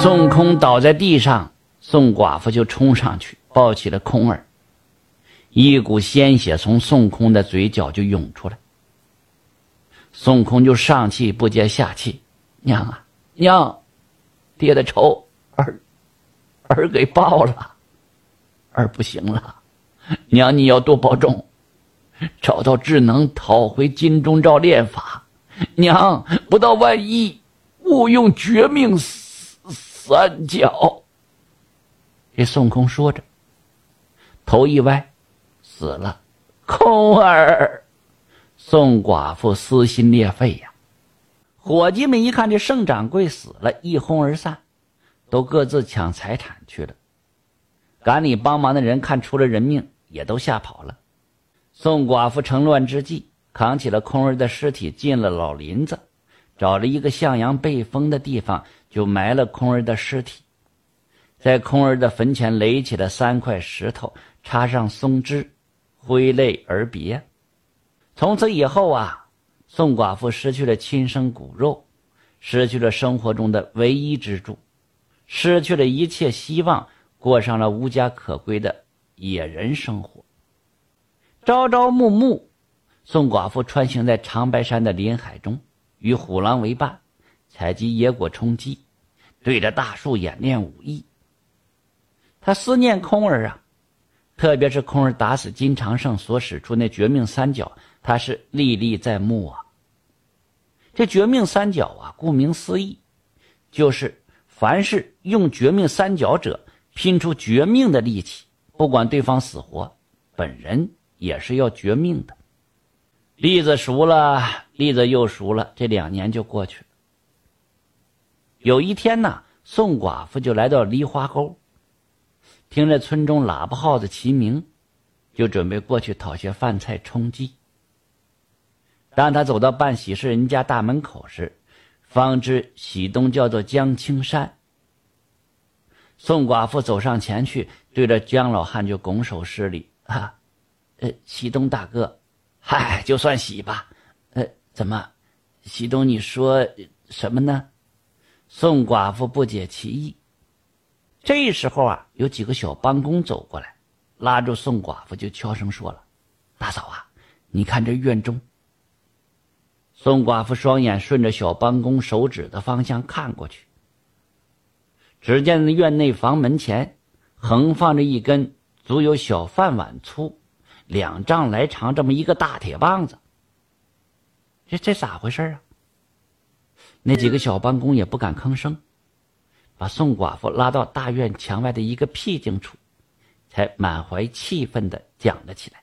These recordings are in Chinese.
孙悟空倒在地上，宋寡妇就冲上去抱起了空儿，一股鲜血从孙悟空的嘴角就涌出来。孙悟空就上气不接下气：“娘啊，娘，爹的仇儿给报了，儿不行了，娘你要多保重，找到智能讨回金钟罩炼法，娘不到万一误用绝命三角。”这孙悟空说着，头一歪，死了。空儿，宋寡妇撕心裂肺呀！伙计们一看这盛掌柜死了，一哄而散，都各自抢财产去了。赶你帮忙的人看出了人命，也都吓跑了。宋寡妇趁乱之际，扛起了空儿的尸体，进了老林子，找了一个向阳背风的地方，就埋了空儿的尸体。在空儿的坟前垒起了3块石头，插上松枝，挥泪而别。从此以后啊，宋寡妇失去了亲生骨肉，失去了生活中的唯一支柱，失去了一切希望，过上了无家可归的野人生活。朝朝暮暮，宋寡妇穿行在长白山的林海中，与虎狼为伴，采集野果充饥，对着大树演练武艺。他思念空儿啊，特别是空儿打死金常胜所使出那绝命三角，他是历历在目啊。这绝命三角啊，顾名思义，就是凡是用绝命三角者拼出绝命的力气，不管对方死活，本人也是要绝命的。栗子熟了，栗子又熟了，这2年就过去了。有一天呢，宋寡妇就来到梨花沟，听着村中喇叭号子齐鸣，就准备过去讨些饭菜充饥。当他走到办喜事人家大门口时，方知喜东叫做江青山。宋寡妇走上前去，对着江老汉就拱手施礼：“喜东大哥，嗨，就算喜吧。怎么，喜东你说什么呢？”宋寡妇不解其意。这时候啊，有几个小帮工走过来，拉住宋寡妇就悄声说了：“大嫂啊，你看这院中。”宋寡妇双眼顺着小帮工手指的方向看过去，只见院内房门前横放着一根足有小饭碗粗、2丈来长这么一个大铁棒子。这咋回事啊？那几个小帮工也不敢吭声，把宋寡妇拉到大院墙外的一个僻静处，才满怀气愤地讲了起来。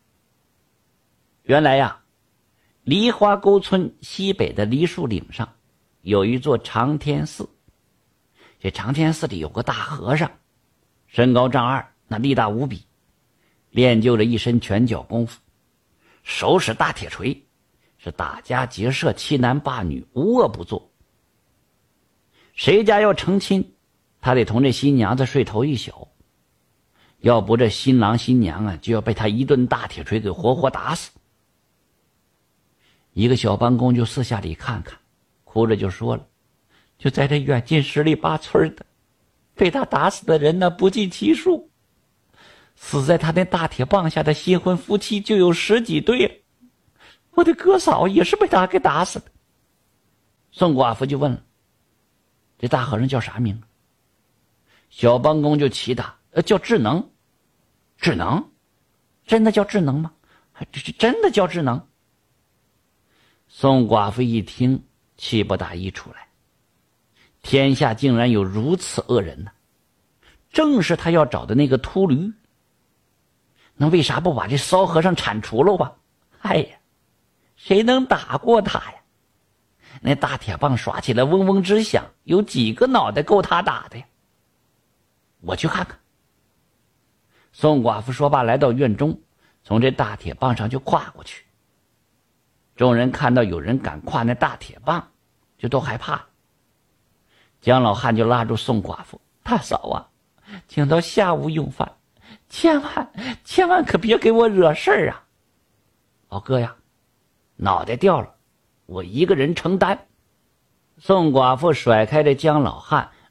原来呀，梨花沟村西北的梨树岭上有一座长天寺。这长天寺里有个大和尚，身高丈2，那力大无比，练就了一身拳脚功夫，手使大铁锤，是打家劫舍、欺男霸女，无恶不作。谁家要成亲，他得同这新娘子睡头一宿，要不这新郎新娘啊就要被他一顿大铁锤给活活打死。一个小帮工就四下里看看，哭着就说了：“就在这远近10里8村的，被他打死的人呢不计其数，死在他那大铁棒下的新婚夫妻就有10几对了。我的哥嫂也是被他给打死的。”宋寡妇就问了：“这大和尚叫啥名？”小帮工就奇答：“叫智能。”“智能？真的叫智能吗？这是真的叫智能？”宋寡妇一听，气不打一处来，天下竟然有如此恶人呢！正是他要找的那个秃驴，那为啥不把这骚和尚铲除了吧？哎呀，谁能打过他呀？那大铁棒耍起来嗡嗡直响，有几个脑袋够他打的呀？我去看看。宋寡妇说罢，来到院中，从这大铁棒上就跨过去。众人看到有人敢跨那大铁棒，就都害怕。江老汉就拉住宋寡妇：“大嫂啊，请到下午用饭，千万可别给我惹事儿啊！”“老哥呀，脑袋掉了，我一个人承担。”宋寡妇甩开这江老汉，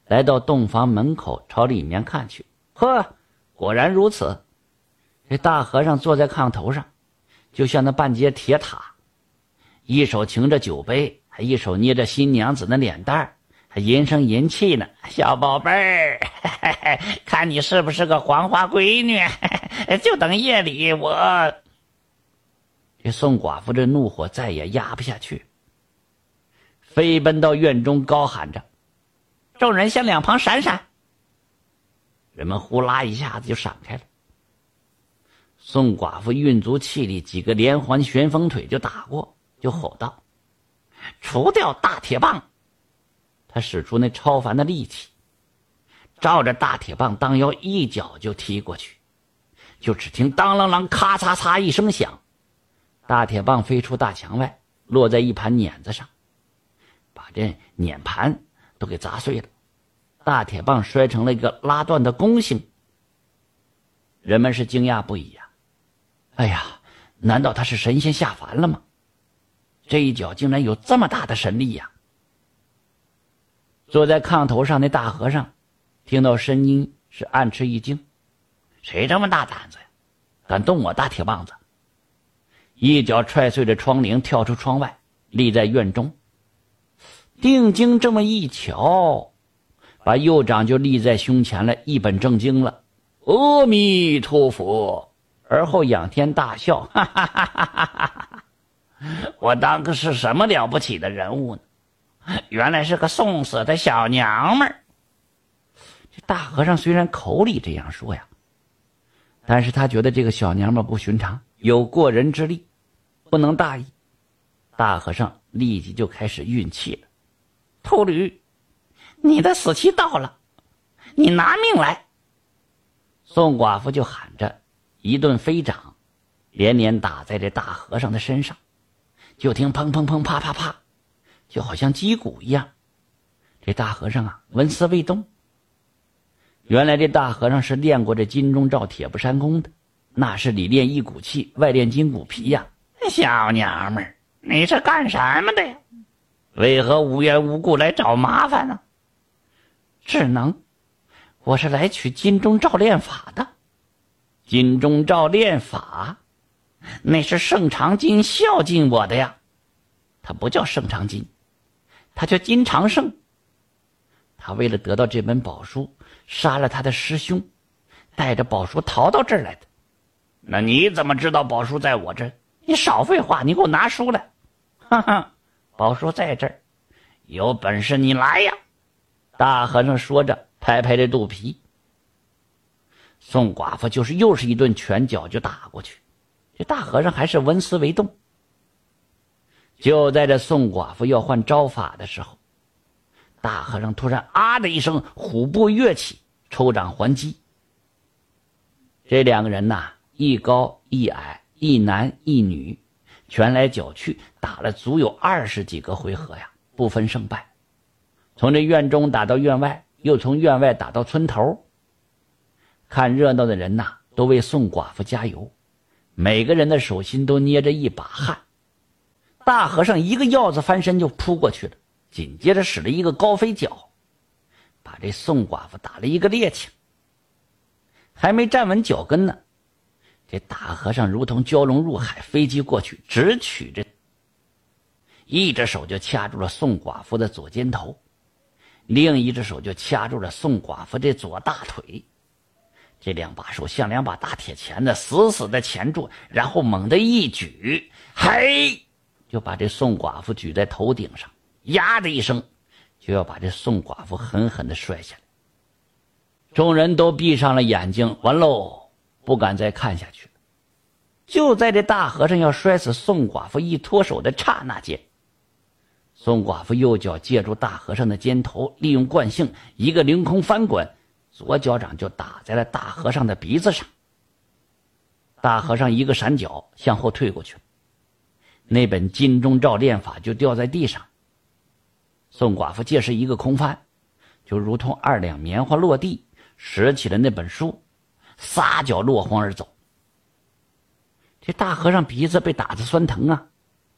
来到洞房门口，朝里面看去。呵，果然如此。这大和尚坐在炕头上，就像那半截铁塔，一手擎着酒杯，还一手捏着新娘子的脸蛋，还吟声吟气呢。小宝贝儿，看你是不是个黄花闺女，就等夜里我……这宋寡妇这怒火再也压不下去，飞奔到院中，高喊着：“众人向两旁闪闪！”人们呼啦一下子就闪开了。宋寡妇运足气力，几个连环旋风腿就打过，就吼道：“除掉大铁棒！”他使出那超凡的力气，照着大铁棒当腰一脚就踢过去。就只听当啷啷咔嚓嚓一声响，大铁棒飞出大墙外，落在一盘碾子上，把这碾盘都给砸碎了。大铁棒摔成了一个拉断的弓形。人们是惊讶不已呀！哎呀，难道他是神仙下凡了吗？这一脚竟然有这么大的神力呀！坐在炕头上那大和尚听到声音是暗吃一惊，谁这么大胆子呀，敢动我大铁棒子？一脚踹碎了窗棂，跳出窗外，立在院中。定睛这么一瞧，把右掌就立在胸前了，一本正经了。阿弥陀佛，而后仰天大笑，哈哈哈哈哈哈！我当个是什么了不起的人物呢？原来是个送死的小娘们儿。这大和尚虽然口里这样说呀，但是他觉得这个小娘们不寻常，有过人之力，不能大意。大和尚立即就开始运气了。秃驴，你的死期到了，你拿命来！宋寡妇就喊着，一顿飞掌连连打在这大和尚的身上，就听砰砰砰啪啪啪，就好像击鼓一样。这大和尚啊，纹丝未动。原来这大和尚是练过这金钟罩铁布衫功的，那是里练一股气，外练筋骨皮呀。小娘们儿，你是干什么的呀？为何无缘无故来找麻烦呢？智能，我是来取金钟罩练法的。金钟罩练法，那是盛长金孝敬我的呀。他不叫盛长金，他叫金长胜。他为了得到这本宝书，杀了他的师兄，带着宝书逃到这儿来的。那你怎么知道宝书在我这儿？你少废话，你给我拿书来！哈哈，宝书在这儿，有本事你来呀！大和尚说着，拍拍这肚皮。宋寡妇就是又是一顿拳脚就打过去，这大和尚还是纹丝未动。就在这宋寡妇要换招法的时候，大和尚突然啊的一声，虎步跃起，抽掌还击。这两个人呐，一高一矮，一男一女，拳来脚去，打了足有20几个回合呀，不分胜败。从这院中打到院外，又从院外打到村头。看热闹的人呐，都为宋寡妇加油，每个人的手心都捏着一把汗。大和尚一个鹞子翻身就扑过去了，紧接着使了一个高飞脚，把这宋寡妇打了一个趔趄。还没站稳脚跟呢，这大和尚如同蛟龙入海飞击过去，直取着，一只手就掐住了宋寡妇的左肩头，另一只手就掐住了宋寡妇这左大腿。这两把手像两把大铁钳子，死死的钳住，然后猛地一举，嘿，就把这宋寡妇举在头顶上，呀的一声，就要把这宋寡妇狠狠地摔下来。众人都闭上了眼睛，完喽，不敢再看下去了。就在这大和尚要摔死宋寡妇一脱手的刹那间，宋寡妇右脚借住大和尚的肩头，利用惯性一个凌空翻滚，左脚掌就打在了大和尚的鼻子上。大和尚一个闪脚向后退过去了，那本金钟罩练法就掉在地上。宋寡妇借势一个空翻，就如同2两棉花落地，拾起了那本书，撒脚落荒而走。这大和尚鼻子被打得酸疼啊，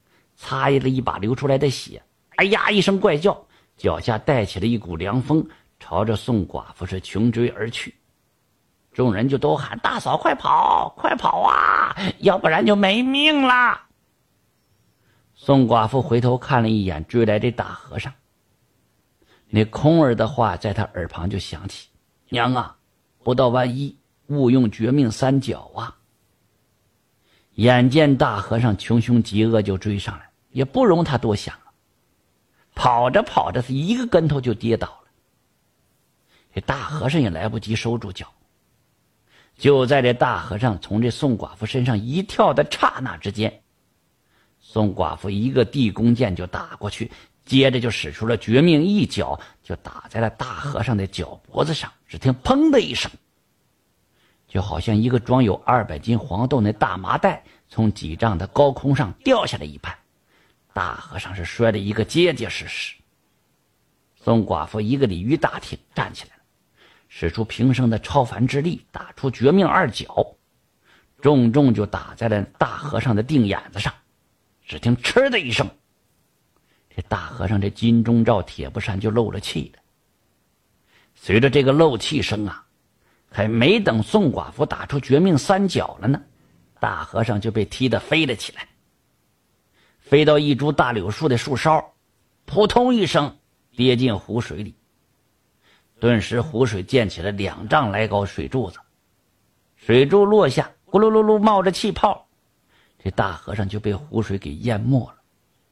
擦了一把流出来的血，哎呀一声怪叫，脚下带起了一股凉风， 朝着宋寡妇是穷追而去。众人就都喊：大嫂快跑快跑啊，要不然就没命了。宋寡妇回头看了一眼追来的大和尚，那空儿的话在他耳旁就响起：娘啊，不到万一，勿用绝命三角啊。眼见大和尚穷凶极恶就追上来，也不容他多想了。跑着跑着，他一个跟头就跌倒了。这大和尚也来不及收住脚，就在这大和尚从这宋寡妇身上一跳的刹那之间，宋寡妇一个地宫剑就打过去，接着就使出了绝命一脚，就打在了大和尚的脚脖子上。只听砰的一声，就好像一个装有200斤黄豆那大麻袋从几丈的高空上掉下来一般，大和尚是摔了一个结结实实。宋寡妇一个鲤鱼打挺站起来了，使出平生的超凡之力，打出绝命2脚，重重就打在了大和尚的腚眼子上。只听嗤的一声，这大和尚这金钟罩铁布衫就漏了气了。随着这个漏气声啊，还没等宋寡妇打出绝命3脚了呢，大和尚就被踢得飞了起来，飞到一株大柳树的树梢，扑通一声跌进湖水里。顿时湖水溅起了2丈来高水柱子，水柱落下，咕噜噜噜冒着气泡，这大和尚就被湖水给淹没了。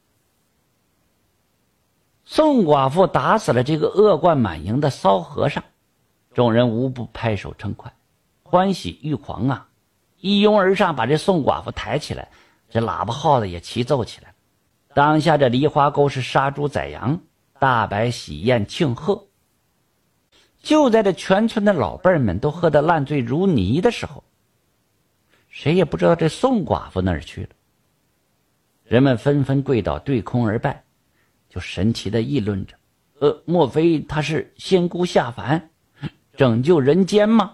宋寡妇打死了这个恶贯满盈的骚和尚，众人无不拍手称快，欢喜欲狂啊！一拥而上把这宋寡妇抬起来，这喇叭号子也齐奏起来了。当下这梨花沟是杀猪宰羊，大摆喜宴庆贺。就在这全村的老辈儿们都喝得烂醉如泥的时候，谁也不知道这宋寡妇哪儿去了。人们纷纷跪倒对空而拜，就神奇地议论着：莫非她是仙姑下凡拯救人间吗？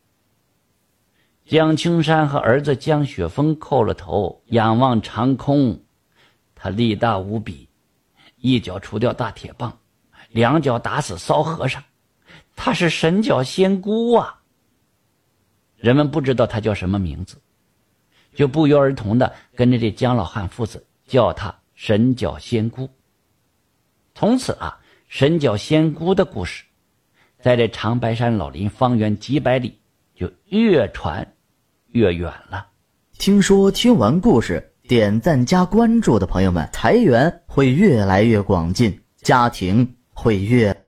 江青山和儿子江雪峰叩了头，仰望长空。他力大无比，一脚除掉大铁棒，2脚打死骚和尚，他是神脚仙姑啊！人们不知道他叫什么名字，就不约而同的跟着这江老汉父子叫他神脚仙姑。从此啊，神脚仙姑的故事在这长白山老林方圆几百里就越传越远了。 听说听完故事点赞加关注的朋友们，财源会越来越广进，家庭会越